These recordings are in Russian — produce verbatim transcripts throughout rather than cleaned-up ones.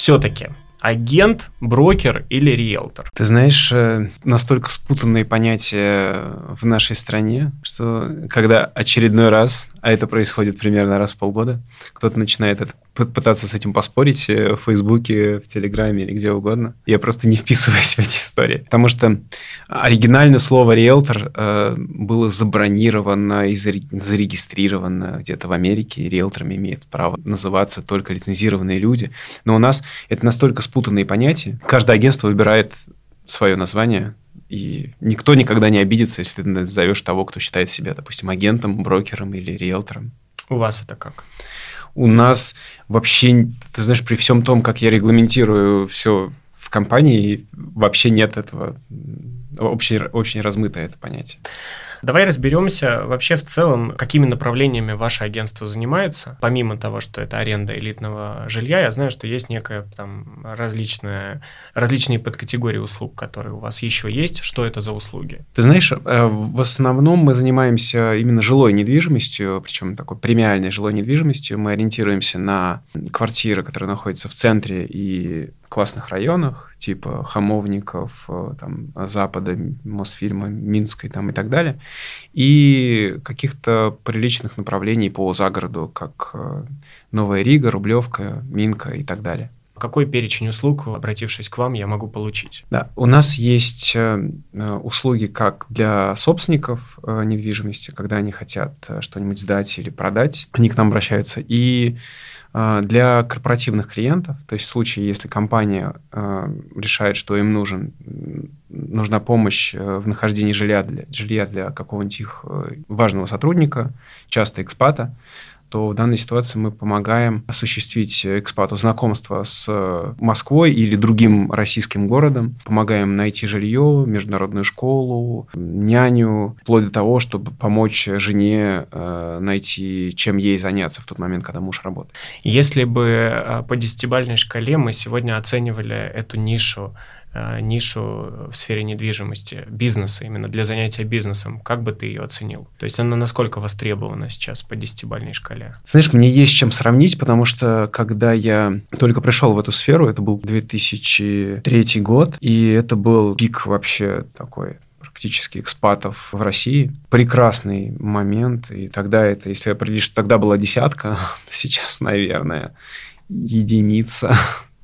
все-таки агент, брокер или риэлтор? Ты знаешь, настолько спутанные понятия в нашей стране, что когда очередной раз, а это происходит примерно раз в полгода, кто-то начинает это, пытаться с этим поспорить в Фейсбуке, в Телеграме или где угодно, я просто не вписываюсь в эти истории. Потому что оригинальное слово «риэлтор» э, было забронировано и зарегистрировано где-то в Америке, и риэлторами имеют право называться только лицензированные люди. Но у нас это настолько спутанные понятия. Каждое агентство выбирает свое название, и никто никогда не обидится, если ты назовешь того, кто считает себя, допустим, агентом, брокером или риэлтором. У вас это как? У нас вообще, ты знаешь, при всем том, как я регламентирую все в компании, вообще нет этого, очень, очень размытое это понятие. Давай разберемся вообще в целом, какими направлениями ваше агентство занимается. Помимо того, что это аренда элитного жилья, я знаю, что есть некая там различная, различные подкатегории услуг, которые у вас еще есть. Что это за услуги? Ты знаешь, в основном мы занимаемся именно жилой недвижимостью, причем такой премиальной жилой недвижимостью. Мы ориентируемся на квартиры, которые находятся в центре и классных районах, типа Хамовников, там, Запада, Мосфильма, Минской там, и так далее, и каких-то приличных направлений по загороду, как Новая Рига, Рублевка, Минка и так далее. Какой перечень услуг, обратившись к вам, я могу получить? Да, у нас есть услуги как для собственников недвижимости, когда они хотят что-нибудь сдать или продать, они к нам обращаются, и для корпоративных клиентов, то есть в случае, если компания э, решает, что им нужен, нужна помощь в нахождении жилья для, жилья для какого-нибудь их важного сотрудника, часто экспата, то в данной ситуации мы помогаем осуществить экспату знакомство с Москвой или другим российским городом, помогаем найти жилье, международную школу, няню, вплоть до того, чтобы помочь жене э, найти, чем ей заняться в тот момент, когда муж работает. Если бы по десятибалльной шкале мы сегодня оценивали эту нишу, нишу в сфере недвижимости, бизнеса, именно для занятия бизнесом, как бы ты ее оценил? То есть она насколько востребована сейчас по десятибалльной шкале? Знаешь, мне есть с чем сравнить, потому что когда я только пришел в эту сферу, это был две тысячи третий год, и это был пик вообще такой практически экспатов в России. Прекрасный момент, и тогда это, если определить, что тогда была десятка, сейчас, наверное, единица.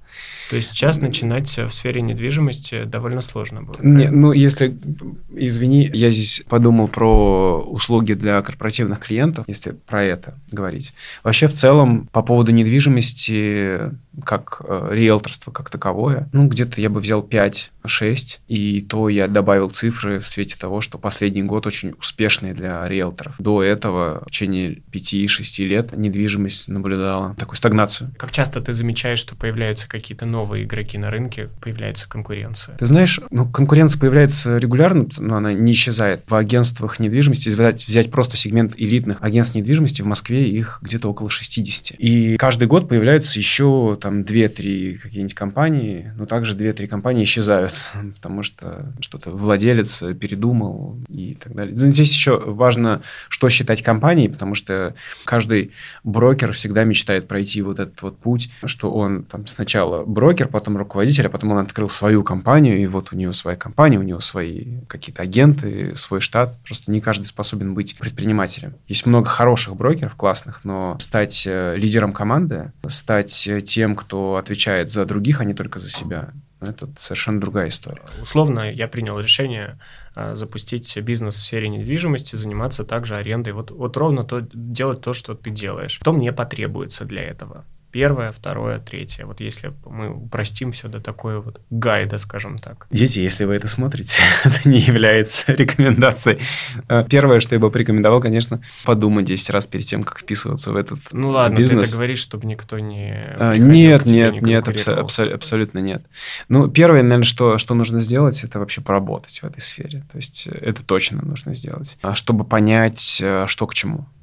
То есть сейчас начинать в сфере недвижимости довольно сложно было. Не, ну, если, извини, я здесь подумал про услуги для корпоративных клиентов, если про это говорить. Вообще, в целом, по поводу недвижимости, как э, риэлторство как таковое, ну, где-то я бы взял пять-шесть, и то я добавил цифры в свете того, что последний год очень успешный для риэлторов. До этого, в течение пяти-шести лет, недвижимость наблюдала такую стагнацию. Как часто ты замечаешь, что появляются какие-то новые новые игроки на рынке, появляется конкуренция? Ты знаешь, ну, конкуренция появляется регулярно, но она не исчезает. В агентствах недвижимости, взять, взять просто сегмент элитных агентств недвижимости, в Москве их где-то около шестьдесят. И каждый год появляются еще там две-три какие-нибудь компании, но также две-три компании исчезают, потому что что-то владелец передумал и так далее. Но здесь еще важно, что считать компанией, потому что каждый брокер всегда мечтает пройти вот этот вот путь, что он там сначала брокер, потом руководитель, а потом он открыл свою компанию, и вот у него своя компания, у него свои какие-то агенты, свой штат. Просто не каждый способен быть предпринимателем. Есть много хороших брокеров, классных, но стать лидером команды, стать тем, кто отвечает за других, а не только за себя, это совершенно другая история. Условно, я принял решение запустить бизнес в сфере недвижимости, заниматься также арендой. Вот, вот ровно то, делать то, что ты делаешь. Что мне потребуется для этого? Первое, второе, третье. Вот если мы упростим все до такой вот гайда, скажем так. Дети, если вы это смотрите, это не является рекомендацией. Первое, что я бы порекомендовал, конечно, подумать десять раз перед тем, как вписываться в этот ну, ладно, бизнес. Ну ладно, ты это говоришь, чтобы никто не Нет, нет, не нет, абсо- абсо- абсолютно нет. Ну, первое, наверное, что, что нужно сделать, это вообще поработать в этой сфере. То есть это точно нужно сделать, чтобы понять, что к чему. Ну,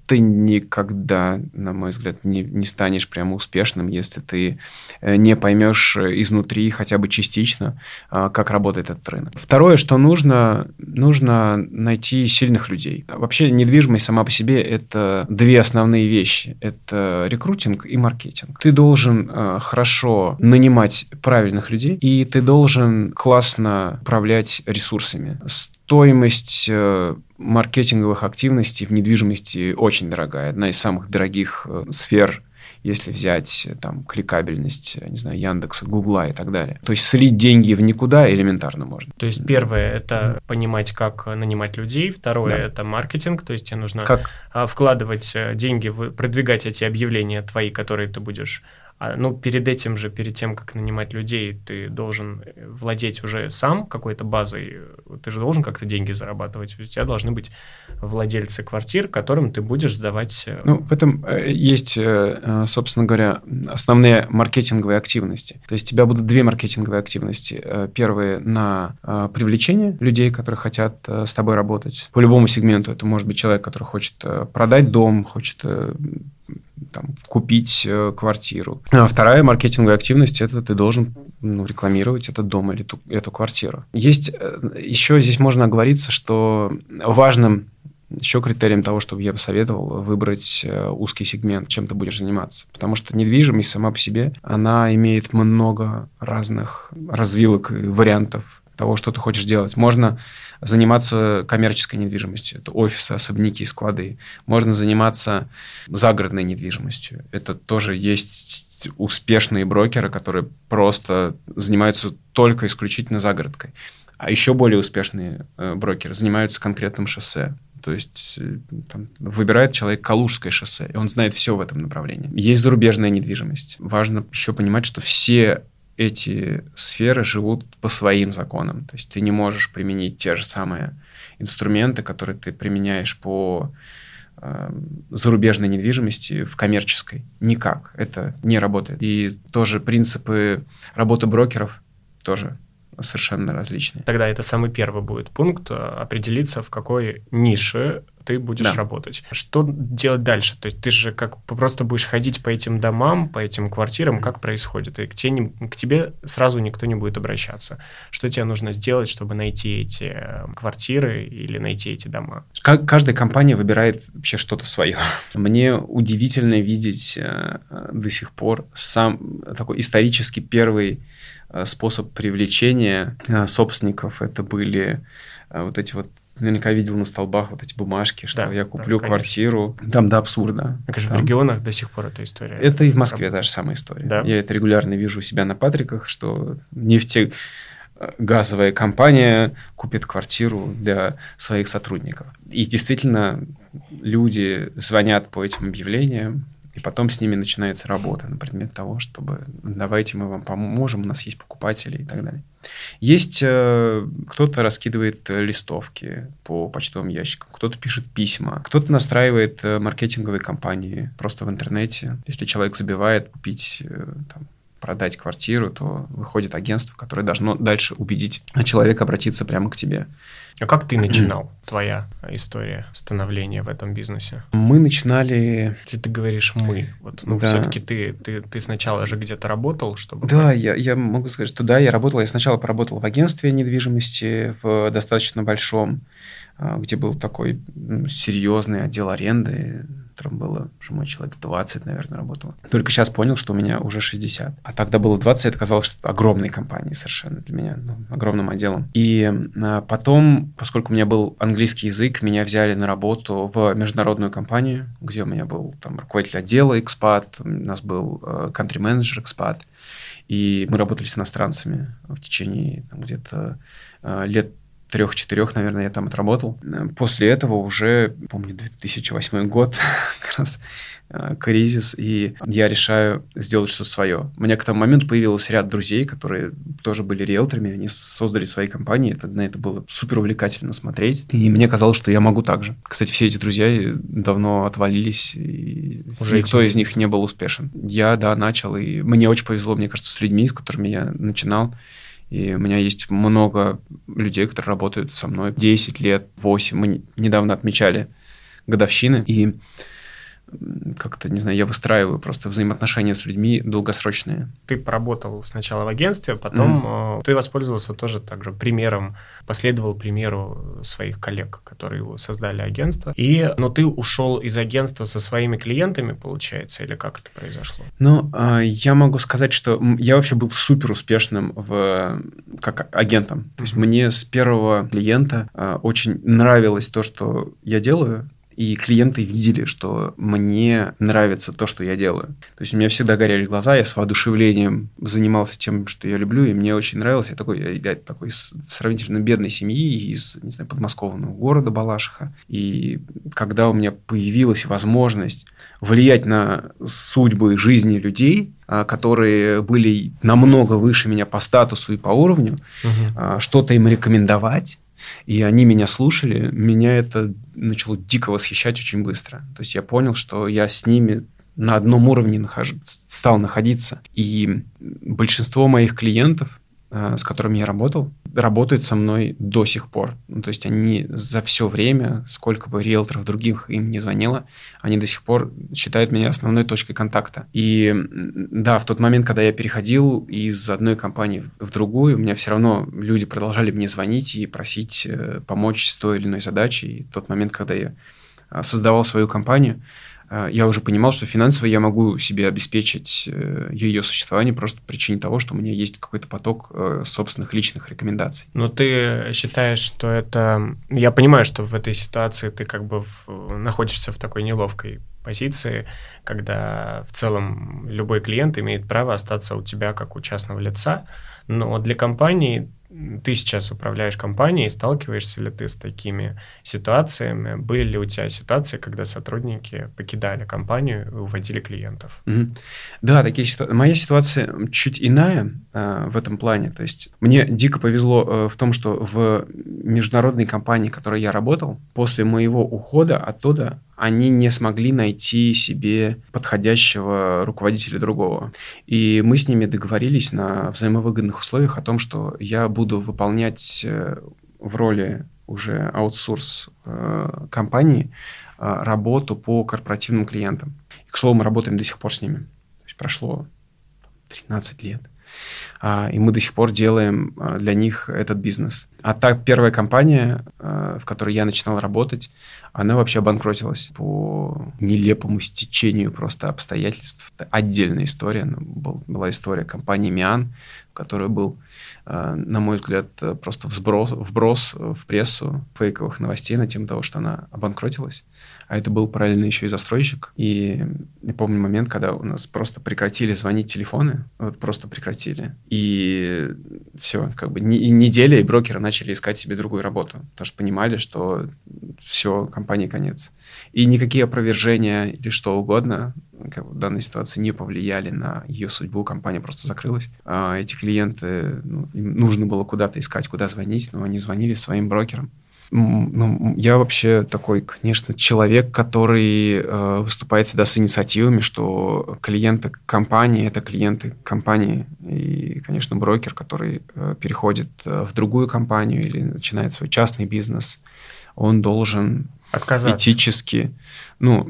ты никогда, на мой взгляд, не, не станешь прямо успешным, если ты не поймешь изнутри хотя бы частично, как работает этот рынок. Второе, что нужно, нужно найти сильных людей. Вообще недвижимость сама по себе – это две основные вещи. Это рекрутинг и маркетинг. Ты должен хорошо нанимать правильных людей, и ты должен классно управлять ресурсами. Стоимость маркетинговых активностей в недвижимости очень дорогая. Одна из самых дорогих сфер, если взять там кликабельность, не знаю, Яндекса, Гугла и так далее. То есть слить деньги в никуда элементарно можно. То есть первое – это понимать, как нанимать людей. Второе да. – это маркетинг. То есть тебе нужно как? вкладывать деньги, в, продвигать эти объявления твои, которые ты будешь... Ну, перед этим же, перед тем, как нанимать людей, ты должен владеть уже сам какой-то базой. Ты же должен как-то деньги зарабатывать. У тебя должны быть владельцы квартир, которым ты будешь сдавать... Ну, в этом есть, собственно говоря, основные маркетинговые активности. То есть у тебя будут две маркетинговые активности. Первые на привлечение людей, которые хотят с тобой работать. По любому сегменту. Это может быть человек, который хочет продать дом, хочет... Там, купить э, квартиру. А вторая маркетинговая активность – это ты должен ну, рекламировать этот дом или ту, эту квартиру. Есть э, еще здесь можно оговориться, что важным еще критерием того, чтобы я бы советовал выбрать э, узкий сегмент, чем ты будешь заниматься. Потому что недвижимость сама по себе, она имеет много разных развилок и вариантов того, что ты хочешь делать. Можно заниматься коммерческой недвижимостью. Это офисы, особняки, склады. Можно заниматься загородной недвижимостью. Это тоже есть успешные брокеры, которые просто занимаются только исключительно загородкой. А еще более успешные э, брокеры занимаются конкретным шоссе. То есть там, выбирает человек Калужское шоссе, и он знает все в этом направлении. Есть зарубежная недвижимость. Важно еще понимать, что все эти сферы живут по своим законам. То есть ты не можешь применить те же самые инструменты, которые ты применяешь по э, зарубежной недвижимости в коммерческой. Никак. Это не работает. И тоже принципы работы брокеров тоже совершенно различные. Тогда это самый первый будет пункт, определиться, в какой нише ты будешь да. работать. Что делать дальше? То есть ты же как просто будешь ходить по этим домам, по этим квартирам, mm-hmm. как происходит? И к тебе, к тебе сразу никто не будет обращаться. Что тебе нужно сделать, чтобы найти эти квартиры или найти эти дома? Как, каждая компания выбирает вообще что-то свое. Мне удивительно видеть э, до сих пор сам такой исторически первый э, способ привлечения э, собственников. Это были э, вот эти вот наверняка видел на столбах вот эти бумажки, что да, я куплю да, квартиру. Там до абсурда. А, конечно, в регионах до сих пор эта история. Это и в Москве та же самая история. Да? Я это регулярно вижу у себя на Патриках, что нефтегазовая компания купит квартиру для своих сотрудников. И действительно люди звонят по этим объявлениям, и потом с ними начинается работа на предмет того, чтобы давайте мы вам поможем, у нас есть покупатели и так далее. Есть э, кто-то раскидывает листовки по почтовым ящикам, кто-то пишет письма, кто-то настраивает э, маркетинговые кампании просто в интернете. Если человек забивает купить, э, там, продать квартиру, то выходит агентство, которое должно дальше убедить человека обратиться прямо к тебе. А как ты начинал? Твоя история становления в этом бизнесе? Мы начинали... Если ты говоришь «мы», вот, ну, да. все-таки ты, ты, ты сначала же где-то работал, чтобы... Да, я, я могу сказать, что да, я работал. Я сначала поработал в агентстве недвижимости, в достаточно большом, где был такой ну, серьезный отдел аренды, в котором было, уже мой человек двадцать, наверное, работало. Только сейчас понял, что у меня уже шестьдесят. А тогда было двадцать, это казалось, что огромной компанией совершенно для меня, ну, огромным отделом. И а, потом, поскольку у меня был английский язык, меня взяли на работу в международную компанию, где у меня был там руководитель отдела экспат, у нас был country-менеджер экспат, и мы работали с иностранцами в течение там, где-то а, лет трех-четырех, наверное, я там отработал. После этого уже, помню, две тысячи восьмой год, как раз кризис, и я решаю сделать что-то свое. У меня к тому моменту появился ряд друзей, которые тоже были риэлторами, они создали свои компании, это, на это было супер увлекательно смотреть, и мне казалось, что я могу так же. Кстати, все эти друзья давно отвалились, и уже никто из них не был успешен. Я, да, начал, и мне очень повезло, мне кажется, с людьми, с которыми я начинал. И у меня есть много людей, которые работают со мной десять лет, восемь. Мы недавно отмечали годовщины. И как-то, не знаю, я выстраиваю просто взаимоотношения с людьми долгосрочные. Ты поработал сначала в агентстве, потом mm-hmm. ты воспользовался тоже также примером, последовал примеру своих коллег, которые создали агентство. И, но ты ушел из агентства со своими клиентами, получается, или как это произошло? Ну, я могу сказать, что я вообще был супер успешным в, как агентом. То есть mm-hmm. мне с первого клиента очень нравилось то, что я делаю. И клиенты видели, что мне нравится то, что я делаю. То есть у меня всегда горели глаза, я с воодушевлением занимался тем, что я люблю, и мне очень нравилось. Я такой, я такой сравнительно бедной семьи из, не знаю, подмосковного города Балашиха. И когда у меня появилась возможность влиять на судьбы жизни людей, которые были намного выше меня по статусу и по уровню, угу. что-то им рекомендовать, и они меня слушали, меня это начало дико восхищать очень быстро. То есть я понял, что я с ними на одном уровне нахожу, стал находиться. И большинство моих клиентов, с которыми я работал, работают со мной до сих пор. Ну, то есть они за все время, сколько бы риэлторов других им не звонило, они до сих пор считают меня основной точкой контакта. И да, в тот момент, когда я переходил из одной компании в другую, у меня все равно люди продолжали мне звонить и просить помочь с той или иной задачей. И в тот момент, когда я создавал свою компанию, я уже понимал, что финансово я могу себе обеспечить ее существование просто по причине того, что у меня есть какой-то поток собственных личных рекомендаций. Но ты считаешь, что это... Я понимаю, что в этой ситуации ты как бы в... находишься в такой неловкой позиции, когда в целом любой клиент имеет право остаться у тебя как у частного лица, но для компании... Ты сейчас управляешь компанией, сталкиваешься ли ты с такими ситуациями? Были ли у тебя ситуации, когда сотрудники покидали компанию и уводили клиентов? Mm-hmm. Да, такие ситуации. Моя ситуация чуть иная э, в этом плане. То есть мне дико повезло э, в том, что в международной компании, в которой я работал, после моего ухода оттуда они не смогли найти себе подходящего руководителя другого. И мы с ними договорились на взаимовыгодных условиях о том, что я буду выполнять в роли уже аутсорс компании работу по корпоративным клиентам. И, к слову, мы работаем до сих пор с ними. То есть прошло тринадцать лет. И мы до сих пор делаем для них этот бизнес. А так, первая компания, в которой я начинал работать, она вообще обанкротилась по нелепому стечению просто обстоятельств. Это отдельная история. Была история компании «Миан», в которой был, на мой взгляд, просто взброс, вброс в прессу фейковых новостей на тему того, что она обанкротилась. А это был параллельно еще и застройщик. И я помню момент, когда у нас просто прекратили звонить телефоны. Вот просто прекратили. И все, как бы неделя, и брокеры начали искать себе другую работу. Потому что понимали, что все, компании конец. И никакие опровержения или что угодно как бы в данной ситуации не повлияли на ее судьбу. Компания просто закрылась. А эти клиенты, ну, им нужно было куда-то искать, куда звонить, но они звонили своим брокерам. Ну, я вообще такой, конечно, человек, который э, выступает всегда с инициативами, что клиенты компании – это клиенты компании. И, конечно, брокер, который э, переходит э, в другую компанию или начинает свой частный бизнес, он должен отказаться. Этически, ну,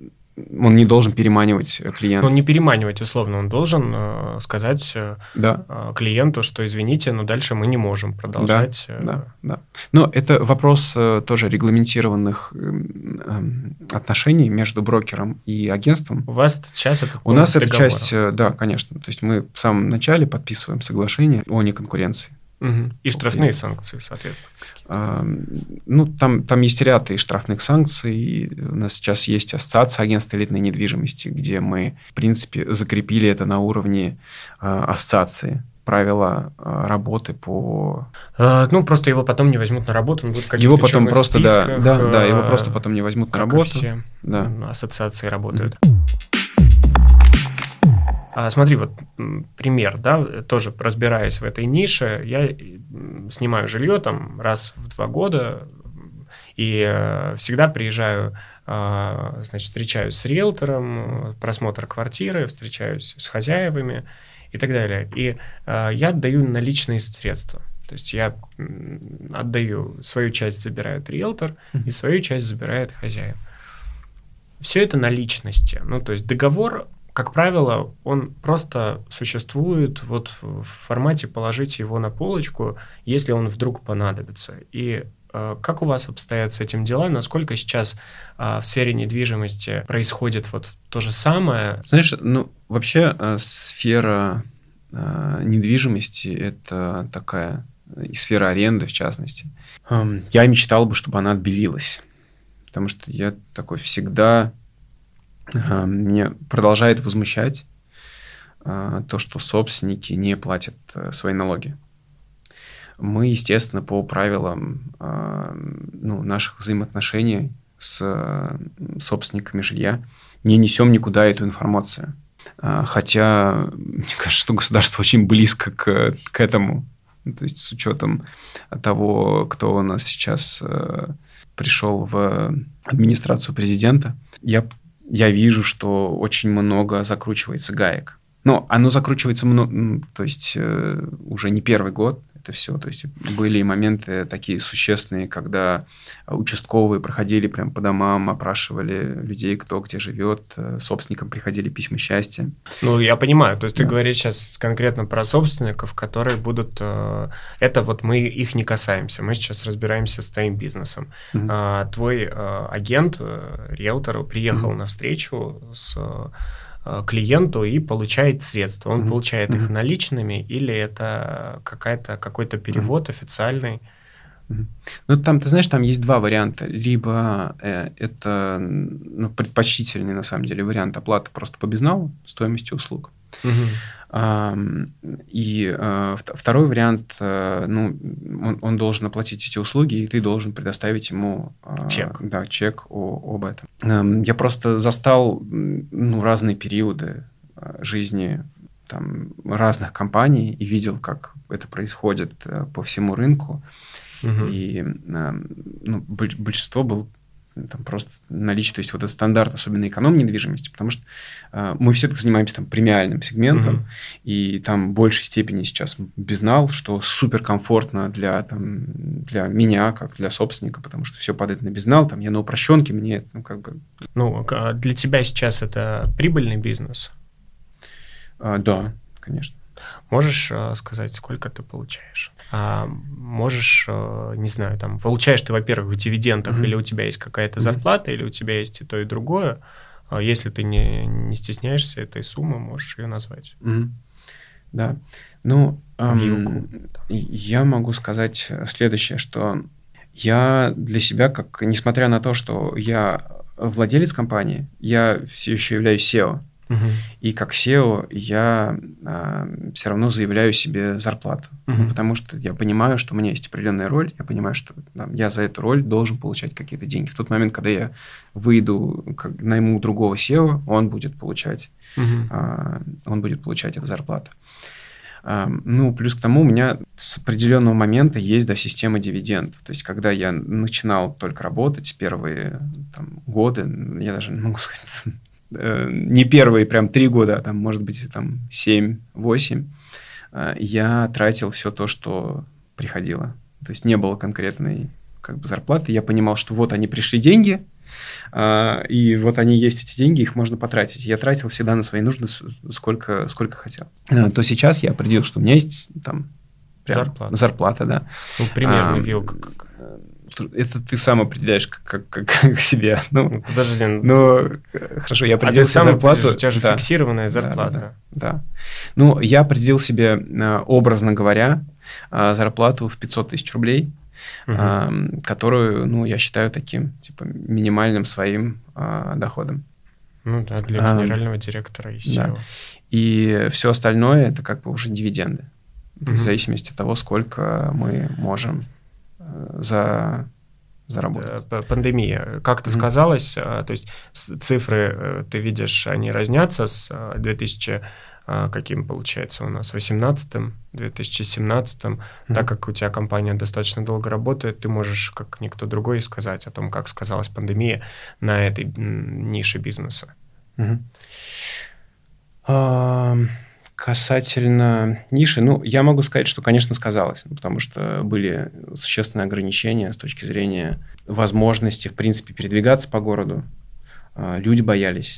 он не должен переманивать клиента. Ну, не переманивать, условно. Он должен э, сказать э, да. э, клиенту, что, извините, но дальше мы не можем продолжать. Да, э... да, да. Но это вопрос э, тоже регламентированных э, э, отношений между брокером и агентством. У вас сейчас это У нас эта часть, э, да, конечно. То есть мы в самом начале подписываем соглашение о неконкуренции. Угу. И штрафные санкции, соответственно. А, ну, там, там есть ряд и штрафных санкций. У нас сейчас есть ассоциация агентств элитной недвижимости, где мы, в принципе, закрепили это на уровне а, ассоциации. Правила а, работы по... А, ну, просто его потом не возьмут на работу, он будет в каких-то его потом просто, списках, да, да, да, его просто потом не возьмут на работу. Все да. ассоциации работают. А, смотри, вот пример, да, тоже разбираясь в этой нише, я снимаю жилье там раз в два года и э, всегда приезжаю, э, значит, встречаюсь с риэлтором, просмотр квартиры, встречаюсь с хозяевами и так далее. И э, я отдаю наличные средства. То есть я отдаю, свою часть забирает риэлтор, и свою часть забирает хозяин. все это наличности. Ну, то есть договор, как правило, он просто существует вот в формате положить его на полочку, если он вдруг понадобится. И э, как у вас обстоят с этим дела? Насколько сейчас э, в сфере недвижимости происходит вот то же самое? Знаешь, ну, вообще э, сфера э, недвижимости – это такая, и сфера аренды, в частности. Э, я мечтал бы, чтобы она отбелилась. Потому что я такой всегда... Э, меня продолжает возмущать э, то, что собственники не платят э, свои налоги. Мы, естественно, по правилам э, ну, наших взаимоотношений с э, собственниками жилья не несем никуда эту информацию. Э, хотя, мне кажется, что государство очень близко к, к этому. То есть с учетом того, кто у нас сейчас э, пришел в администрацию президента, я, я вижу, что очень много закручивается гаек. Но оно закручивается много, то есть э, уже не первый год это все. То есть были моменты такие существенные, когда участковые проходили прям по домам, опрашивали людей, кто где живет, собственникам приходили письма счастья. Ну, я понимаю. То есть Да. ты говоришь сейчас конкретно про собственников, которые будут... Э, это вот мы их не касаемся. Мы сейчас разбираемся с твоим бизнесом. Мгм. А, твой э, агент, э, риэлтор, приехал Мгм. на встречу с... клиенту и получает средства. Он Мгм. получает Мгм. их наличными или это какая-то, какой-то перевод официальный? Мгм. Ну, там, ты знаешь, там есть два варианта. Либо э, это ну, предпочтительный, на самом деле, вариант оплаты просто по безналу, стоимости услуг. Мгм. Ам, И э, вт- второй вариант, э, ну, он, он должен оплатить эти услуги, и ты должен предоставить ему э, Чек. да, чек о- об этом. Эм, Я просто застал м, ну, разные периоды э, жизни там, разных компаний и видел, как это происходит э, по всему рынку. Мгм. И э, ну, боль- большинство был там просто наличие, то есть вот этот стандарт, особенно эконом-недвижимости, потому что э, мы все-таки занимаемся там премиальным сегментом, Мгм. и там в большей степени сейчас безнал, что суперкомфортно для, там, для меня, как для собственника, потому что все падает на безнал, там я на упрощенке, мне ну, как бы... Ну, к- для тебя сейчас это прибыльный бизнес? э, да, конечно. Можешь э, сказать, сколько ты получаешь? А, можешь, э, не знаю, там, получаешь ты, во-первых, в дивидендах, Мгм. или у тебя есть какая-то Мгм. зарплата, или у тебя есть и то, и другое. А если ты не, не стесняешься этой суммы, можешь ее назвать. Мгм. Да. Ну, ам, Вилку. и- я могу сказать следующее, что я для себя, как, несмотря на то, что я владелец компании, я все еще являюсь сео. Мгм. И как сео я все равно заявляю себе зарплату. Ну, Мгм. потому что я понимаю, что у меня есть определенная роль, я понимаю, что там, я за эту роль должен получать какие-то деньги. В тот момент, когда я выйду, как, найму другого сео, он будет получать, Мгм. а, он будет получать эту зарплату. А, Ну, плюс к тому, у меня с определенного момента есть, да, система дивидендов. То есть, когда я начинал только работать, первые там, годы, я даже не могу сказать, э, не первые прям три года, а там, может быть, там семь-восемь, э, я тратил все то, что приходило. То есть, не было конкретной как бы зарплаты. Я понимал, что вот они пришли деньги, а, и вот они есть, эти деньги, их можно потратить. Я тратил всегда на свои нужды с- сколько, сколько хотел. А, То сейчас я определил, что у меня есть там прям Зарплата. зарплата, да. Ну, примерно А, вилка. как. Это ты сам определяешь как, как, как, как себе. Ну, Ну, подожди, ну, ну, э, хорошо, я а ты определил себе сам зарплату. определишь, у тебя же да, фиксированная да, да, зарплата. Да, да. Ну, я определил себе, э, образно говоря, э, зарплату в пятьсот тысяч рублей, Мгм. э, которую, ну, я считаю таким, типа, минимальным своим э, доходом. Ну да, для А, генерального директора и да. сео. И все остальное это как бы уже дивиденды. То есть Мгм. в зависимости от того, сколько мы можем э, за, заработать. П- Пандемия, как это Мгм. сказалось? А, То есть с- цифры, э, ты видишь, они разнятся с а, две тысячи, а, каким получается у нас, восемнадцатым, две тысячи семнадцатым. Мгм. Так как у тебя компания достаточно долго работает, ты можешь, как никто другой, сказать о том, как сказалась пандемия на этой м, нише бизнеса. Мгм. А, Касательно ниши, ну, я могу сказать, что, конечно, сказалось, ну, потому что были существенные ограничения с точки зрения возможности, в принципе, передвигаться по городу. люди боялись,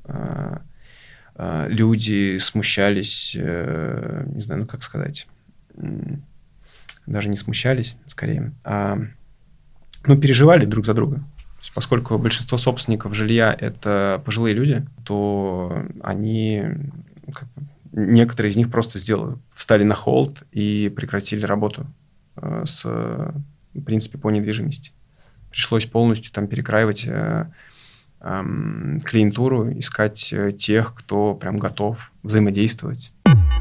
люди смущались, не знаю, ну как сказать, даже не смущались, скорее, а ну, переживали друг за друга. То есть, поскольку большинство собственников жилья – это пожилые люди, то они, как бы, некоторые из них просто сделали, встали на холд и прекратили работу э, с, в принципе, по недвижимости. Пришлось полностью там перекраивать э, э, клиентуру, искать тех, кто прям готов взаимодействовать.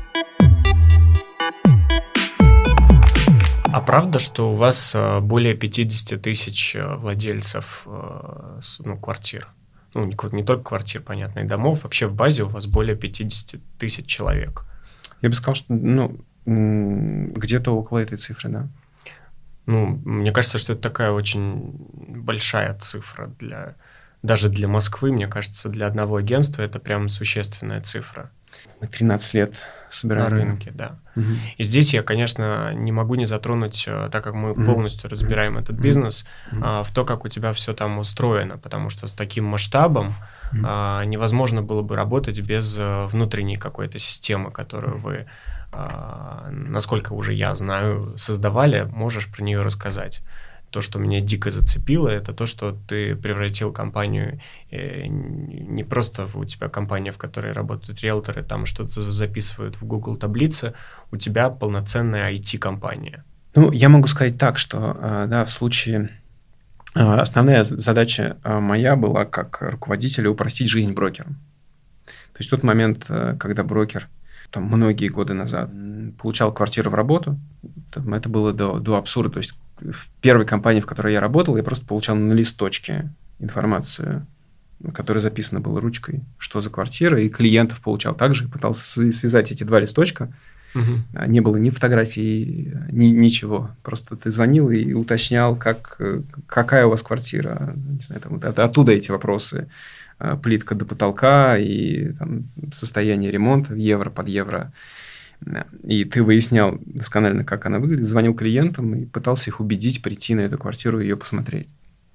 А правда, что у вас более пятьдесят тысяч владельцев ну, квартир? Ну, не, не только квартир, понятно, и домов. Вообще в базе у вас более пятьдесят тысяч человек. Я бы сказал, что ну, где-то около этой цифры, да. Ну, мне кажется, что это такая очень большая цифра. Для, даже для Москвы, мне кажется, для одного агентства это прям существенная цифра. Мы тринадцать лет собираем. На рынке, да. Угу. И здесь я, конечно, не могу не затронуть, так как мы угу. полностью разбираем этот бизнес, угу. а, в то, как у тебя все там устроено, потому что с таким масштабом угу. а, невозможно было бы работать без внутренней какой-то системы, которую вы, а, насколько уже я знаю, создавали. Можешь про нее рассказать? То, что меня дико зацепило, это то, что ты превратил компанию, э, не просто у тебя компания, в которой работают риэлторы, там что-то записывают в Google таблицы, у тебя полноценная ай ти-компания. Ну, я могу сказать так, что да, в случае... Основная задача моя была как руководителя упростить жизнь брокерам. То есть тот момент, когда брокер там, многие годы назад получал квартиру в работу, это было до, до абсурда. То есть в первой компании, в которой я работал, я просто получал на листочке информацию, которая записана была ручкой, что за квартира, и клиентов получал также, и пытался связать эти два листочка. Угу. Не было ни фотографий, ни, ничего. Просто ты звонил и уточнял, как, какая у вас квартира. Не знаю, там, от, оттуда эти вопросы. Плитка до потолка и там, состояние ремонта в евро под евро. И ты выяснял досконально, как она выглядит, звонил клиентам и пытался их убедить прийти на эту квартиру и ее посмотреть.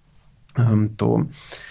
То,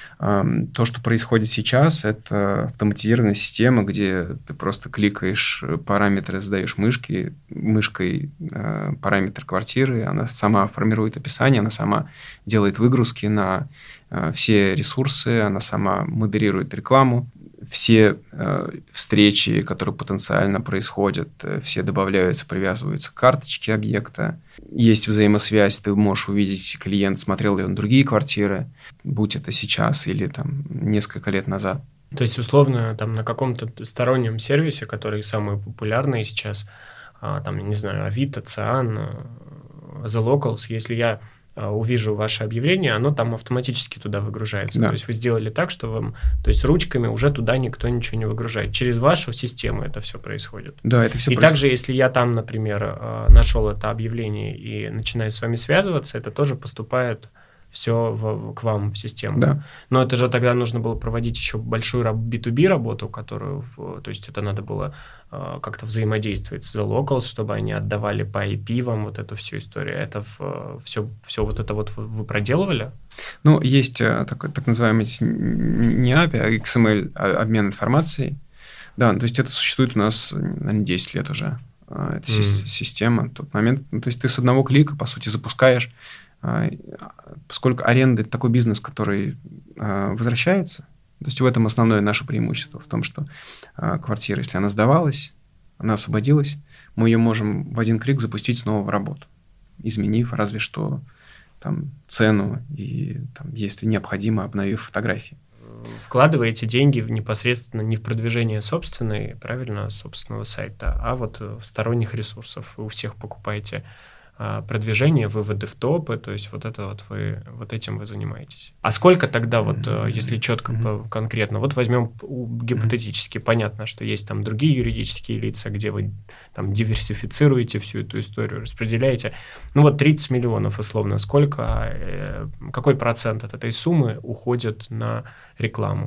то, что происходит сейчас, это автоматизированная система, где ты просто кликаешь параметры, задаешь мышки, мышкой параметр квартиры, она сама формирует описание, она сама делает выгрузки на все ресурсы, она сама модерирует рекламу. Все э, встречи, которые потенциально происходят, э, все добавляются, привязываются к карточке объекта. Есть взаимосвязь, ты можешь увидеть, клиент смотрел ли он другие квартиры, будь это сейчас или там несколько лет назад. То есть, условно, там на каком-то стороннем сервисе, который самый популярный сейчас, а, там, не знаю, Авито, Циан, The Locals, если я увижу ваше объявление, оно там автоматически туда выгружается. Да. То есть вы сделали так, что вам, то есть ручками уже туда никто ничего не выгружает. Через вашу систему это все происходит. Да, это все и происходит. также, если я там, например, нашел это объявление и начинаю с вами связываться, это тоже поступает все в, к вам в систему. Да. Но это же тогда нужно было проводить еще большую би ту би работу, которую, то есть это надо было э, как-то взаимодействовать с The Locals, чтобы они отдавали по ай пи вам вот эту всю историю. Это в, все, все вот это вот вы проделывали? Ну, есть такой, так называемый не эй пи ай, а икс эм эль обмен информацией. Да, то есть это существует у нас, наверное, десять лет уже. Это mm. система. Тот момент, ну, то есть ты с одного клика, по сути, запускаешь. Поскольку аренда – это такой бизнес, который э, возвращается, то есть в этом основное наше преимущество, в том, что э, квартира, если она сдавалась, она освободилась, мы ее можем в один клик запустить снова в работу, изменив разве что там, цену и, там, если необходимо, обновив фотографии. Вкладываете деньги в непосредственно не в продвижение собственной, правильно, собственного сайта, а вот в сторонних ресурсов. Вы у всех покупаете продвижение, выводы в топы, то есть вот это вот вы, вот этим вы занимаетесь. А сколько тогда вот, если четко, mm-hmm. конкретно, вот возьмем гипотетически, mm-hmm. понятно, что есть там другие юридические лица, где вы там диверсифицируете всю эту историю, распределяете, ну вот тридцать миллионов условно, сколько, какой процент от этой суммы уходит на рекламу?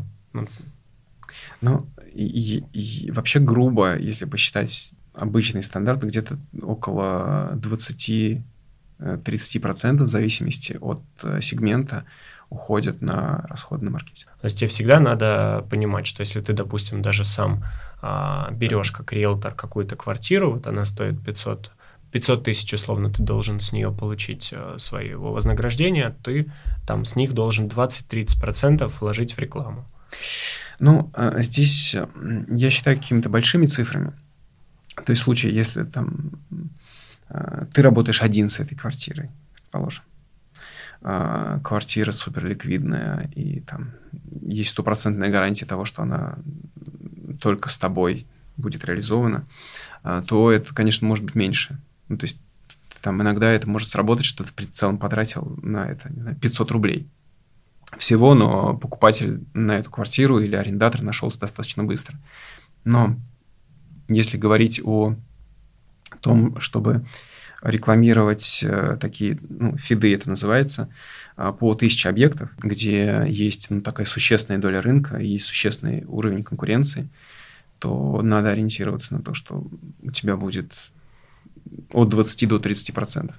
Ну, и, и вообще грубо, если посчитать обычный стандарт, где-то около двадцать-тридцать процентов в зависимости от сегмента уходят на расходы на маркетинг. То есть тебе всегда надо понимать, что если ты, допустим, даже сам а, берешь как риэлтор какую-то квартиру, вот она стоит пятьсот, пятьсот тысяч, условно, ты должен с нее получить а, своего вознаграждения, ты там с них должен двадцать-тридцать процентов вложить в рекламу. Ну, здесь я считаю какими-то большими цифрами. То есть в случае, если там ты работаешь один с этой квартирой, предположим, квартира суперликвидная, и там есть стопроцентная гарантия того, что она только с тобой будет реализована, то это, конечно, может быть меньше. Ну, то есть там иногда это может сработать, что ты в целом потратил на это, не знаю, пятьсот рублей всего, но покупатель на эту квартиру или арендатор нашелся достаточно быстро. Но если говорить о том, чтобы рекламировать э, такие, ну, фиды это называется, э, по тысяче объектов, где есть, ну, такая существенная доля рынка и существенный уровень конкуренции, то надо ориентироваться на то, что у тебя будет от двадцати до тридцати процентов.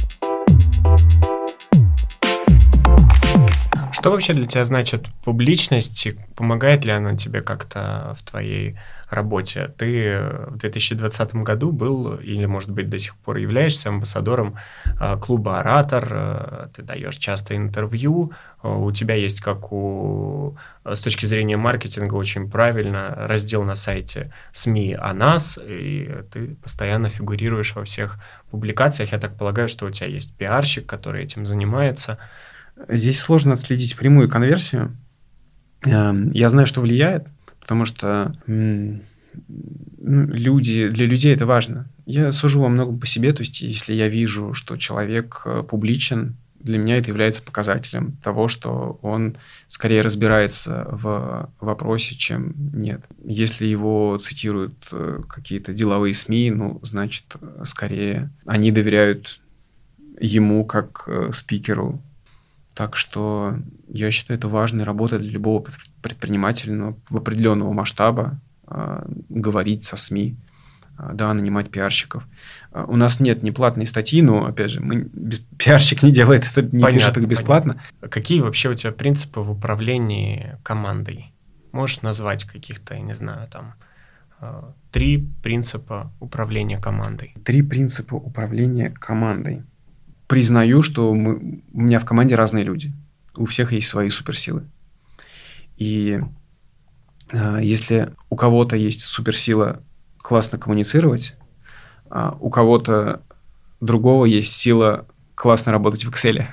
Что вообще для тебя значит публичность? И помогает ли она тебе как-то в твоей работе? Ты в две тысячи двадцатом году был, или, может быть, до сих пор являешься амбассадором клуба «Оратор», ты даешь часто интервью, у тебя есть, как у, с точки зрения маркетинга, очень правильно раздел на сайте СМИ о нас, и ты постоянно фигурируешь во всех публикациях. Я так полагаю, что у тебя есть пиарщик, который этим занимается. Здесь сложно отследить прямую конверсию. Я знаю, что влияет, потому что люди, для людей это важно. Я сужу во многом по себе, то есть если я вижу, что человек публичен, для меня это является показателем того, что он скорее разбирается в вопросе, чем нет. Если его цитируют какие-то деловые СМИ, ну, значит, скорее они доверяют ему как спикеру. Так что я считаю, это важная работа для любого предпринимателя, но в определенного масштаба э, говорить со СМИ, э, да, нанимать пиарщиков. Э, у нас нет ни платной статьи, но, опять же, мы, без, пиарщик не делает это, не понятно, пишет их бесплатно. Понятно. Какие вообще у тебя принципы в управлении командой? Можешь назвать каких-то, я не знаю, там, э, три принципа управления командой? Три принципа управления командой. Признаю, что мы, у меня в команде разные люди. У всех есть свои суперсилы. И э, если у кого-то есть суперсила классно коммуницировать, э, у кого-то другого есть сила классно работать в Excel.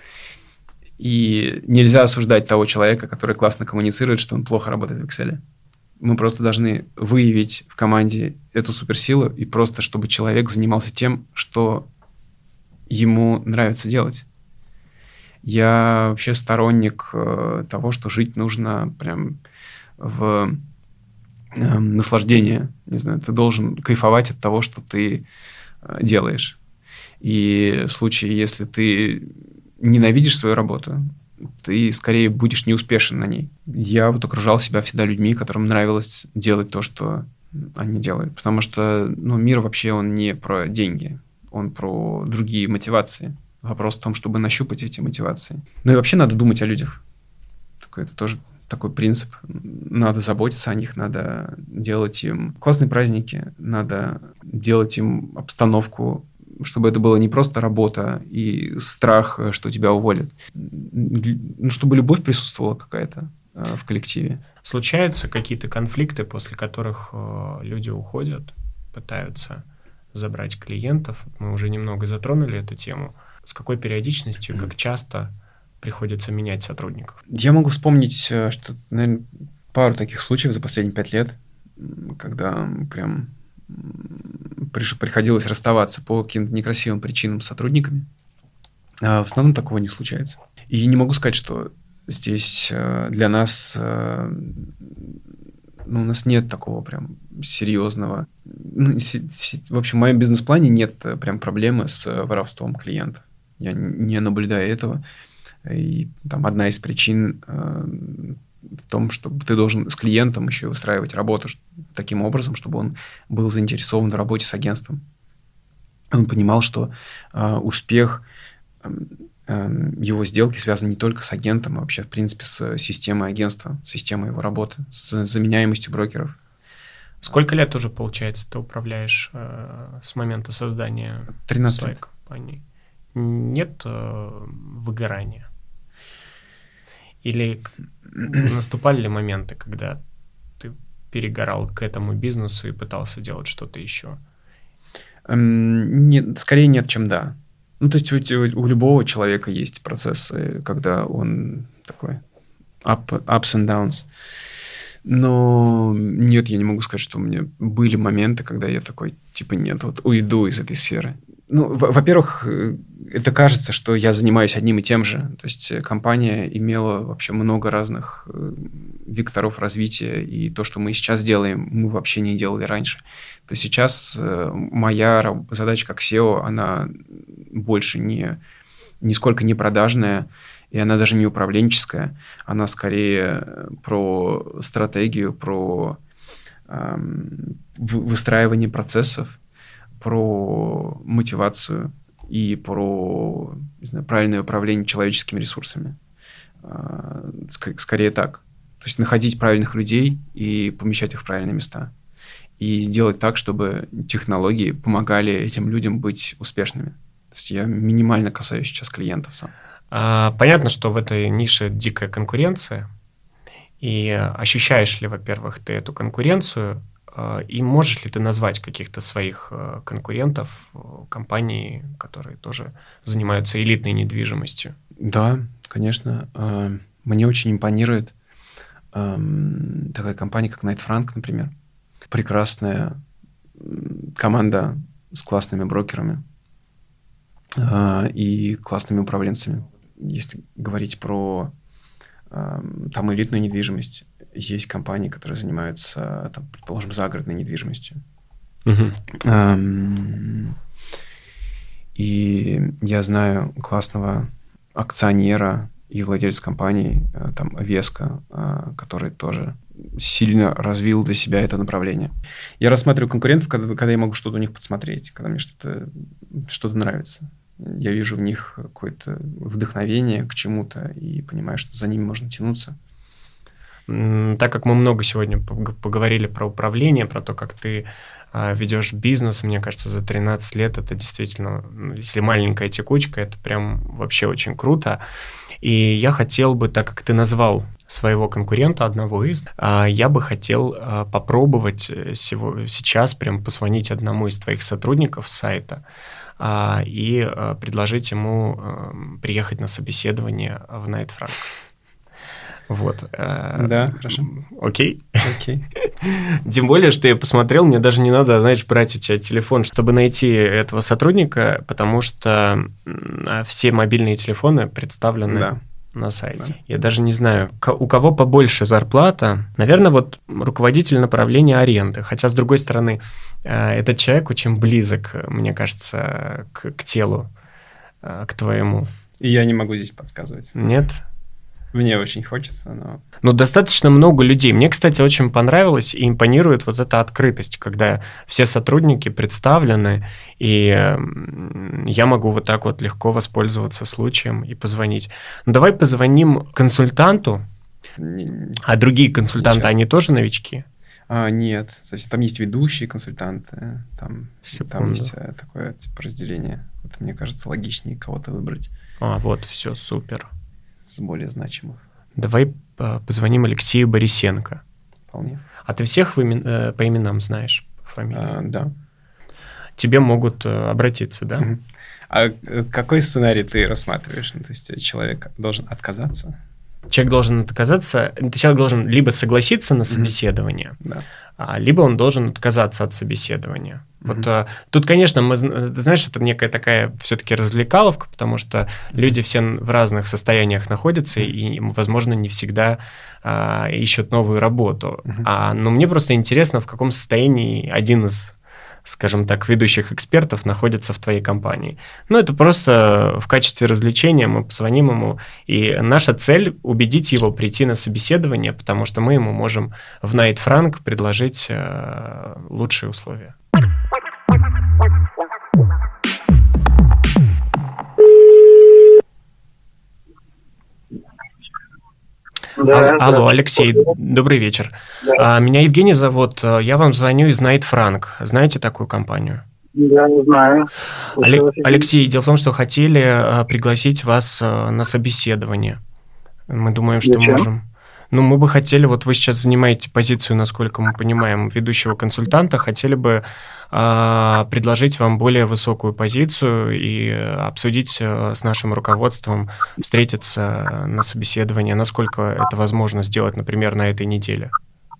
И нельзя осуждать того человека, который классно коммуницирует, что он плохо работает в Excel. Мы просто должны выявить в команде эту суперсилу, и просто чтобы человек занимался тем, что ему нравится делать. Я вообще сторонник э, того, что жить нужно прям в э, наслаждении. Не знаю, ты должен кайфовать от того, что ты э, делаешь. И в случае, если ты ненавидишь свою работу, ты скорее будешь неуспешен на ней. Я вот окружал себя всегда людьми, которым нравилось делать то, что они делают. Потому что, ну, мир вообще, он не про деньги. Он про другие мотивации. Вопрос в том, чтобы нащупать эти мотивации. Ну и вообще надо думать о людях. Такой, это тоже такой принцип. Надо заботиться о них, надо делать им классные праздники, надо делать им обстановку, чтобы это было не просто работа и страх, что тебя уволят. Ну, чтобы любовь присутствовала какая-то э, в коллективе. Случаются какие-то конфликты, после которых э, люди уходят, пытаются забрать клиентов. Мы уже немного затронули эту тему. С какой периодичностью, как часто приходится менять сотрудников? Я могу вспомнить, что, наверное, пару таких случаев за последние пять лет, когда прям приходилось расставаться по каким-то некрасивым причинам с сотрудниками. А в основном такого не случается. И не могу сказать, что здесь для нас... Ну, у нас нет такого прям серьезного... Ну, в общем, в моем бизнес-плане нет прям проблемы с воровством клиентов. Я не наблюдаю этого. И там одна из причин э, в том, что ты должен с клиентом еще выстраивать работу таким образом, чтобы он был заинтересован в работе с агентством. Он понимал, что э, успех... Э, его сделки связаны не только с агентом, а вообще, в принципе, с системой агентства, с системой его работы, с заменяемостью брокеров. Сколько лет уже, получается, ты управляешь э, с момента создания своей компании? Нет э, выгорания? Или наступали ли моменты, когда ты перегорал к этому бизнесу и пытался делать что-то еще? Эм, нет, скорее нет, чем да. Ну, то есть у, у любого человека есть процессы, когда он такой up, ups and downs. Но нет, я не могу сказать, что у меня были моменты, когда я такой, типа, нет, вот уйду из этой сферы. Ну, во-первых, это кажется, что я занимаюсь одним и тем же. То есть компания имела вообще много разных векторов развития, и то, что мы сейчас делаем, мы вообще не делали раньше. То есть сейчас моя задача как сео, она больше не, нисколько не продажная, и она даже не управленческая, она скорее про стратегию, про эм, выстраивание процессов, про мотивацию и про, не знаю, правильное управление человеческими ресурсами. Э, ск- скорее так. То есть находить правильных людей и помещать их в правильные места. И делать так, чтобы технологии помогали этим людям быть успешными. То есть я минимально касаюсь сейчас клиентов сам. Понятно, что в этой нише дикая конкуренция, и ощущаешь ли, во-первых, ты эту конкуренцию, и можешь ли ты назвать каких-то своих конкурентов, компаний, которые тоже занимаются элитной недвижимостью? Да, конечно. Мне очень импонирует такая компания, как Найт Франк, например. Прекрасная команда с классными брокерами и классными управленцами. Если говорить про э, там элитную недвижимость, есть компании, которые занимаются, там, предположим, загородной недвижимостью. Uh-huh. Эм, и я знаю классного акционера и владельца компании, э, там, Веска, э, который тоже сильно развил для себя это направление. Я рассматриваю конкурентов, когда, когда я могу что-то у них подсмотреть, когда мне что-то, что-то нравится. Я вижу в них какое-то вдохновение к чему-то и понимаю, что за ними можно тянуться. Так как мы много сегодня поговорили про управление, про то, как ты ведешь бизнес, мне кажется, за тринадцать лет это действительно, если маленькая текучка, это прям вообще очень круто. И я хотел бы, так как ты назвал своего конкурента, одного из, я бы хотел попробовать сейчас прям позвонить одному из твоих сотрудников с сайта и предложить ему приехать на собеседование в Найт Франк. Вот. Да, хорошо. Окей? Окей. Тем более, что я посмотрел, мне даже не надо, знаешь, брать у тебя телефон, чтобы найти этого сотрудника, потому что все мобильные телефоны представлены да. на сайте. Да. Я даже не знаю, у кого побольше зарплата. Наверное, вот руководитель направления аренды. Хотя, с другой стороны, этот человек очень близок, мне кажется, к, к телу, к твоему. И я не могу здесь подсказывать. Нет? Мне очень хочется, но... Ну, достаточно много людей. Мне, кстати, очень понравилось и импонирует вот эта открытость, когда все сотрудники представлены, и я могу вот так вот легко воспользоваться случаем и позвонить. Ну, давай позвоним консультанту, не, а другие консультанты, они тоже новички? А, нет, то есть там есть ведущие консультанты, там, там есть такое типа разделение. Вот, мне кажется, логичнее кого-то выбрать. А, вот, все, супер. С более значимых. Давай позвоним Алексею Борисенко. Вполне. А ты всех имен, по именам знаешь? По фамилии? А, да. Тебе могут обратиться, да? Uh-huh. А какой сценарий ты рассматриваешь? Ну, то есть человек должен отказаться? Человек должен отказаться, человек должен либо согласиться на собеседование, mm-hmm. да. либо он должен отказаться от собеседования. Mm-hmm. Вот а, тут, конечно, мы, знаешь, это некая такая все-таки развлекаловка, потому что mm-hmm. люди все в разных состояниях находятся mm-hmm. и, возможно, не всегда а, ищут новую работу. Mm-hmm. А, но мне просто интересно, в каком состоянии один из, скажем так, ведущих экспертов находится в твоей компании. Ну, это просто в качестве развлечения мы позвоним ему, и наша цель – убедить его прийти на собеседование, потому что мы ему можем в Найт Франк предложить э, лучшие условия. Да, Ал- алло, Алексей, добрый вечер. Да. Меня Евгений зовут, я вам звоню из Найт Франк. Знаете такую компанию? Да, не знаю. Олег, Алексей, дело в том, что хотели пригласить вас на собеседование. Мы думаем, что Зачем? можем. Ну, мы бы хотели, вот вы сейчас занимаете позицию, насколько мы понимаем, ведущего консультанта, хотели бы э, предложить вам более высокую позицию и обсудить э, с нашим руководством, встретиться на собеседовании, насколько это возможно сделать, например, на этой неделе.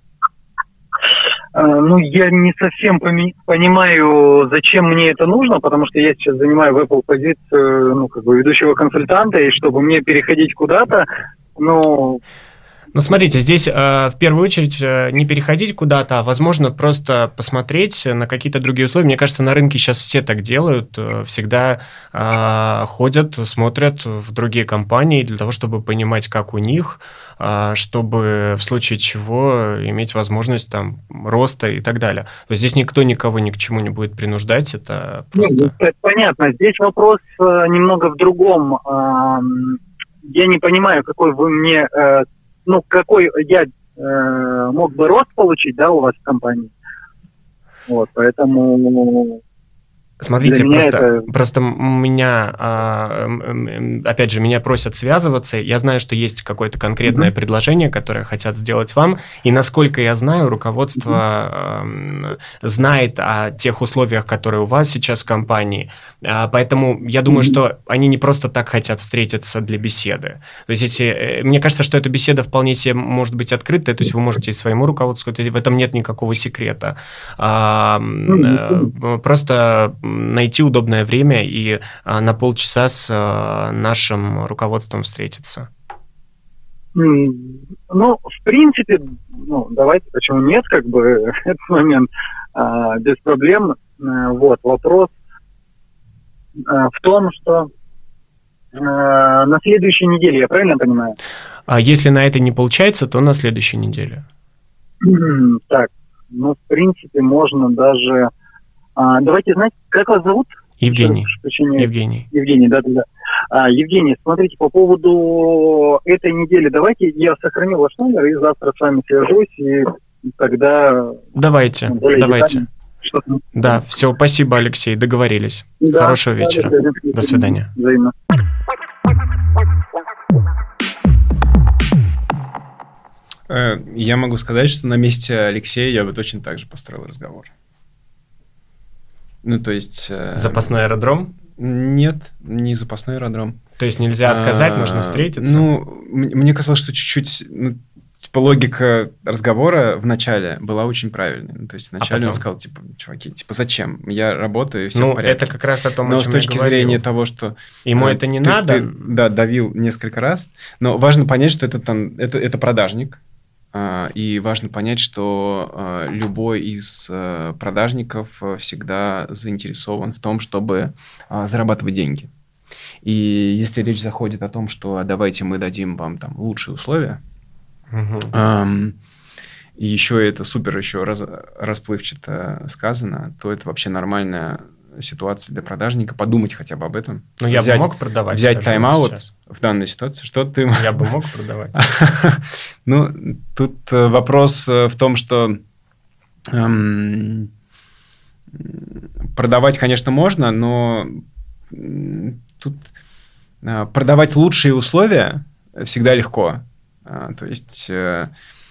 Ну, я не совсем поми- понимаю, зачем мне это нужно, потому что я сейчас занимаю в Apple позицию, ну, как бы ведущего консультанта, и чтобы мне переходить куда-то, ну... Ну, смотрите, здесь э, в первую очередь э, не переходить куда-то, а, возможно, просто посмотреть на какие-то другие условия. Мне кажется, на рынке сейчас все так делают, э, всегда э, ходят, смотрят в другие компании для того, чтобы понимать, как у них, э, чтобы в случае чего иметь возможность там роста и так далее. То есть здесь никто никого ни к чему не будет принуждать, это просто... Ну, это понятно. Здесь вопрос э, немного в другом. Э, я не понимаю, какой вы мне... Э, Ну, какой я э, мог бы рост получить, да, у вас в компании. Вот, поэтому... Смотрите, просто, это... просто меня, опять же, меня просят связываться. Я знаю, что есть какое-то конкретное mm-hmm. предложение, которое хотят сделать вам. И насколько я знаю, руководство mm-hmm. знает о тех условиях, которые у вас сейчас в компании. Поэтому я думаю, mm-hmm. что они не просто так хотят встретиться для беседы. То есть, если, мне кажется, что эта беседа вполне себе может быть открытая, то есть вы можете и своему руководству, то есть в этом нет никакого секрета. Mm-hmm. Просто... найти удобное время и а, на полчаса с а, нашим руководством встретиться. Ну, в принципе, ну, давайте, почему нет, как бы, этот момент а, без проблем. А, вот, вопрос а, в том, что а, на следующей неделе, я правильно понимаю? А если на это не получается, то на следующей неделе. Так, ну, в принципе, можно даже... А, давайте, знаете, как вас зовут? Евгений. Почему? Евгений. Евгений, да-да-да. А, Евгений, смотрите, по поводу этой недели, давайте я сохраню ваш номер и завтра с вами свяжусь, и тогда... Давайте, давайте. Что-то... Да, все, спасибо, Алексей, договорились. Да, хорошего да, вечера. Да, да, да, до свидания. Взаимно. Я могу сказать, что на месте Алексея я бы точно так же построил разговор. Ну, то есть... Запасной аэродром? Нет, не запасной аэродром. То есть нельзя отказать, а, нужно встретиться? Ну, мне казалось, что чуть-чуть... Ну, типа, логика разговора в начале была очень правильной. Ну, то есть вначале а он сказал, типа, чуваки, типа, зачем? Я работаю, и все ну, в порядке. Это как раз о том, но о чем с точки я зрения того, что... Ему э, это не ты, надо? Ты, да, давил несколько раз. Но важно понять, что это, там, это, это продажник. И важно понять, что любой из продажников всегда заинтересован в том, чтобы зарабатывать деньги. И если речь заходит о том, что давайте мы дадим вам там лучшие условия, uh-huh. эм, и еще это супер еще раз, расплывчато сказано, то это вообще нормальная ситуация для продажника, подумать хотя бы об этом. Ну, я взять, бы мог продавать. Взять тайм-аут в данной ситуации. Что ты... Я бы мог продавать. Ну, тут вопрос в том, что эм, продавать, конечно, можно, но тут э, продавать лучшие условия всегда легко. Э, то есть... Э,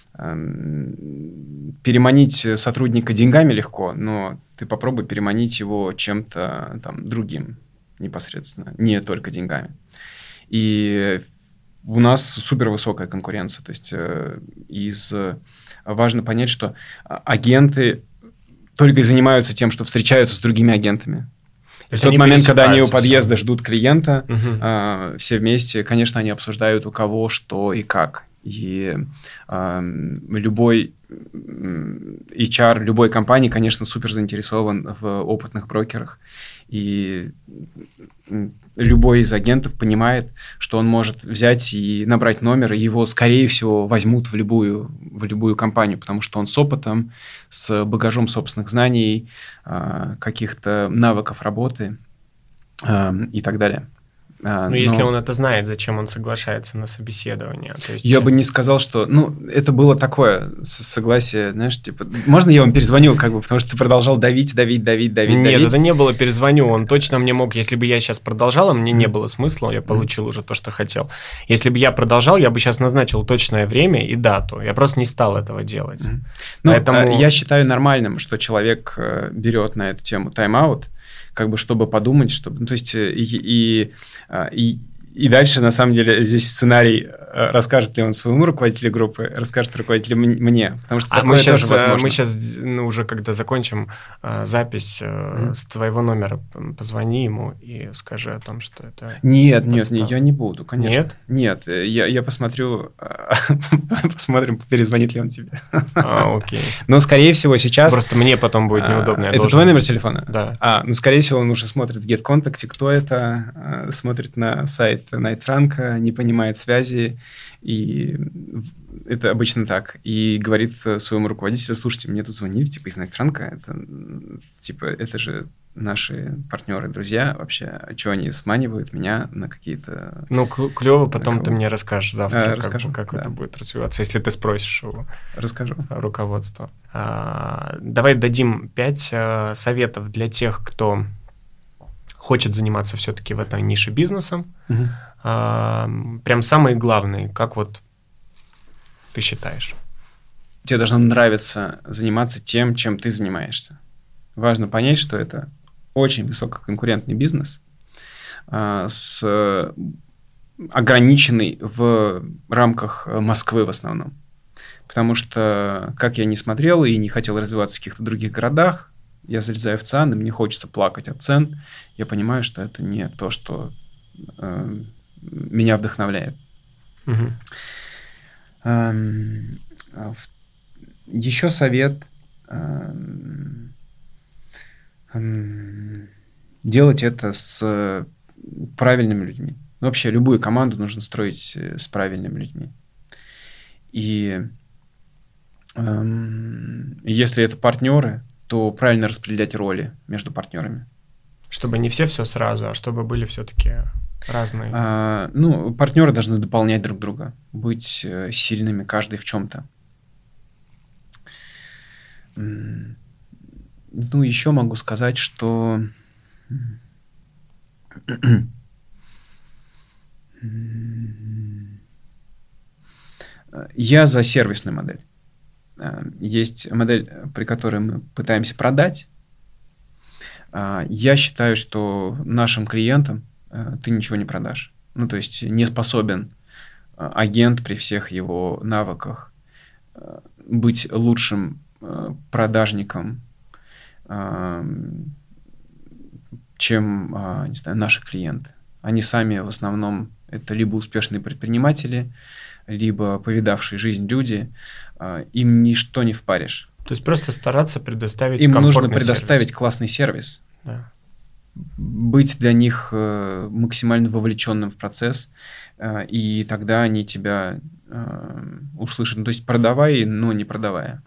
переманить сотрудника деньгами легко, но ты попробуй переманить его чем-то там другим непосредственно, не только деньгами. И у нас супер высокая конкуренция. То есть из... важно понять, что агенты только занимаются тем, что встречаются с другими агентами. В тот момент, когда они у подъезда все. Ждут клиента, угу. все вместе, конечно, они обсуждают у кого, что и как. И э, любой эйч ар, любой компании, конечно, супер заинтересован в опытных брокерах. И любой из агентов понимает, что он может взять и набрать номер, и его, скорее всего, возьмут в любую, в любую компанию, потому что он с опытом, с багажом собственных знаний, э, каких-то навыков работы э, и так далее. А, ну, но... если он это знает, зачем он соглашается на собеседование? То есть... Я бы не сказал, что... Ну, это было такое согласие, знаешь, типа... Можно я вам перезвоню, как бы, потому что ты продолжал давить, давить, давить, давить, Нет, давить? это не было перезвоню. Он точно мне мог... Если бы я сейчас продолжал, а мне mm. не было смысла, я получил mm. уже то, что хотел. Если бы я продолжал, я бы сейчас назначил точное время и дату. Я просто не стал этого делать. Mm. Ну, Поэтому... я считаю нормальным, что человек берет на эту тему тайм-аут, как бы, чтобы подумать, чтобы... Ну, то есть, и... и, и И дальше, на самом деле, здесь сценарий, расскажет ли он своему руководителю группы, расскажет руководителю мне. Потому что а мы сейчас, тоже возможно. Мы сейчас, ну, уже когда закончим э, запись, э, mm-hmm. с твоего номера позвони ему и скажи о том, что это... Нет, нет, нет, я не буду, конечно. Нет? Нет, я, я посмотрю, посмотрим, перезвонит ли он тебе. А, окей. Но, скорее всего, сейчас... Просто мне потом будет неудобно. Это твой номер телефона? Да. А, ну, скорее всего, он уже смотрит в GetContact, кто это, смотрит на сайт Найт Франка, не понимает связи, и это обычно так. И говорит своему руководителю: слушайте, мне тут звонили, типа, из Найт Франка, это, типа, это же наши партнеры, друзья, вообще, что они сманивают меня на какие-то... Ну, клево, потом ты мне расскажешь завтра, а, как, расскажу, как да. это будет развиваться, если ты спросишь у Расскажу. руководства. А, давай дадим пять а, советов для тех, кто хочет заниматься все-таки в этой нише бизнесом. Угу. А, прям самые главные, как вот ты считаешь? Тебе должно нравиться заниматься тем, чем ты занимаешься. Важно понять, что это очень высококонкурентный бизнес, а, с ограниченный в рамках Москвы в основном. Потому что, как я не смотрел и не хотел развиваться в каких-то других городах, я залезаю в ЦИАН, и мне хочется плакать от цен. Я понимаю, что это не то, что э, меня вдохновляет. Угу. Эм, еще совет. Эм, эм, делать это с правильными людьми. Вообще, любую команду нужно строить с правильными людьми. И эм, если это партнеры, то правильно распределять роли между партнерами. Чтобы не все все сразу, а чтобы были все-таки разные. А, ну, партнеры должны дополнять друг друга, быть сильными каждый в чем-то. Ну, еще могу сказать, что я за сервисную модель. Есть модель, при которой мы пытаемся продать. Я считаю, что нашим клиентам ты ничего не продашь. Ну, то есть не способен агент при всех его навыках быть лучшим продажником, чем, не знаю, наши клиенты. Они сами в основном это либо успешные предприниматели, либо повидавшие жизнь люди, им ничто не впаришь. То есть просто стараться предоставить им комфортный нужно предоставить сервис. классный сервис, да. быть для них максимально вовлеченным в процесс, и тогда они тебя услышат. Ну, то есть продавай, но не продавая.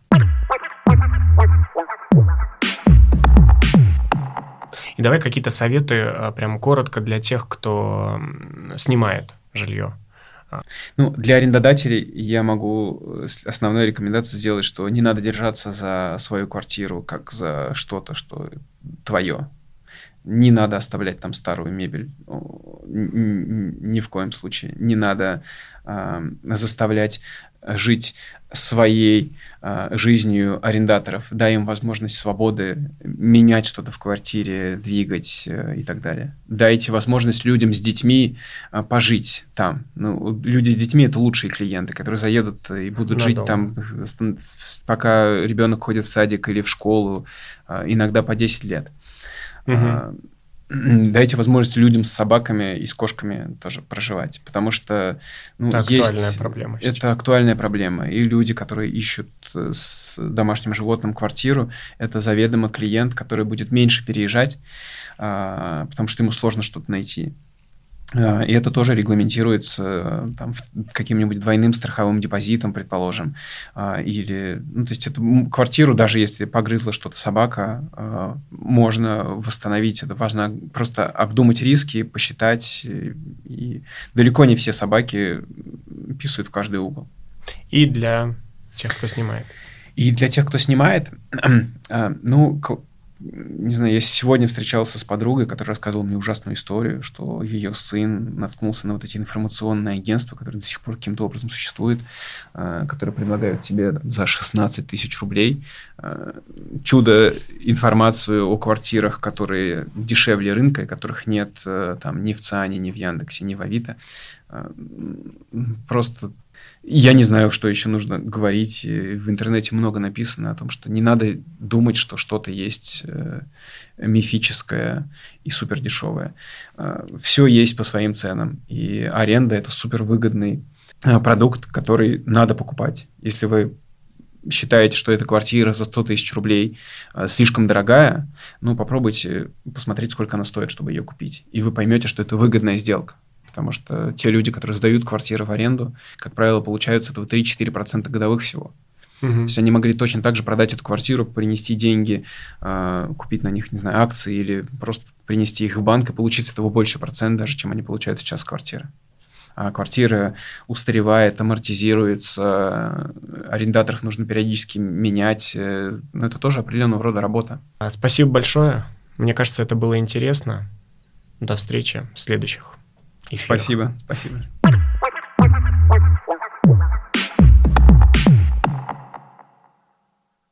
И давай какие-то советы прям коротко для тех, кто снимает жилье. Ну, для арендодателей я могу основную рекомендацию сделать, что не надо держаться за свою квартиру, как за что-то, что твое. Не надо оставлять там старую мебель. Ни в коем случае. Не надо э, заставлять жить своей э, жизнью арендаторов. Дай им возможность свободы менять что-то в квартире, двигать э, и так далее. Дайте возможность людям с детьми э, пожить там. Ну, люди с детьми – это лучшие клиенты, которые заедут и будут Надолго. жить там, пока ребенок ходит в садик или в школу, э, иногда по десять лет. Угу. Дайте возможность людям с собаками и с кошками тоже проживать, потому что ну, это есть... актуальная проблема. Это сейчас. актуальная проблема. И люди, которые ищут с домашним животным квартиру, это заведомо клиент, который будет меньше переезжать, потому что ему сложно что-то найти. И это тоже регламентируется там, каким-нибудь двойным страховым депозитом, предположим. Или, ну, то есть, эту квартиру, даже если погрызла что-то собака, можно восстановить. Это важно просто обдумать риски, посчитать. И далеко не все собаки писают в каждый угол. И для тех, кто снимает. И для тех, кто снимает, ну, не знаю, я сегодня встречался с подругой, которая рассказывала мне ужасную историю, что ее сын наткнулся на вот эти информационные агентства, которые до сих пор каким-то образом существуют, которые предлагают тебе там, за шестнадцать тысяч рублей чудо информацию о квартирах, которые дешевле рынка, которых нет там ни в ЦИАНе, ни в Яндексе, ни в Авито. Просто я не знаю, что еще нужно говорить. В интернете много написано о том, что не надо думать, что что-то есть мифическое и супердешевое. Все есть по своим ценам. И аренда – это супервыгодный продукт, который надо покупать. Если вы считаете, что эта квартира за сто тысяч рублей слишком дорогая, ну, попробуйте посмотреть, сколько она стоит, чтобы ее купить. И вы поймете, что это выгодная сделка. Потому что те люди, которые сдают квартиры в аренду, как правило, получают с этого три-четыре процента годовых всего. Uh-huh. То есть они могли точно так же продать эту квартиру, принести деньги, э, купить на них, не знаю, акции или просто принести их в банк и получить с этого больше процент, даже чем они получают сейчас с квартиры. А квартира устаревает, амортизируется, арендаторов нужно периодически менять. Ну, это тоже определенного рода работа. Спасибо большое. Мне кажется, это было интересно. До встречи в следующих. Спасибо, спасибо.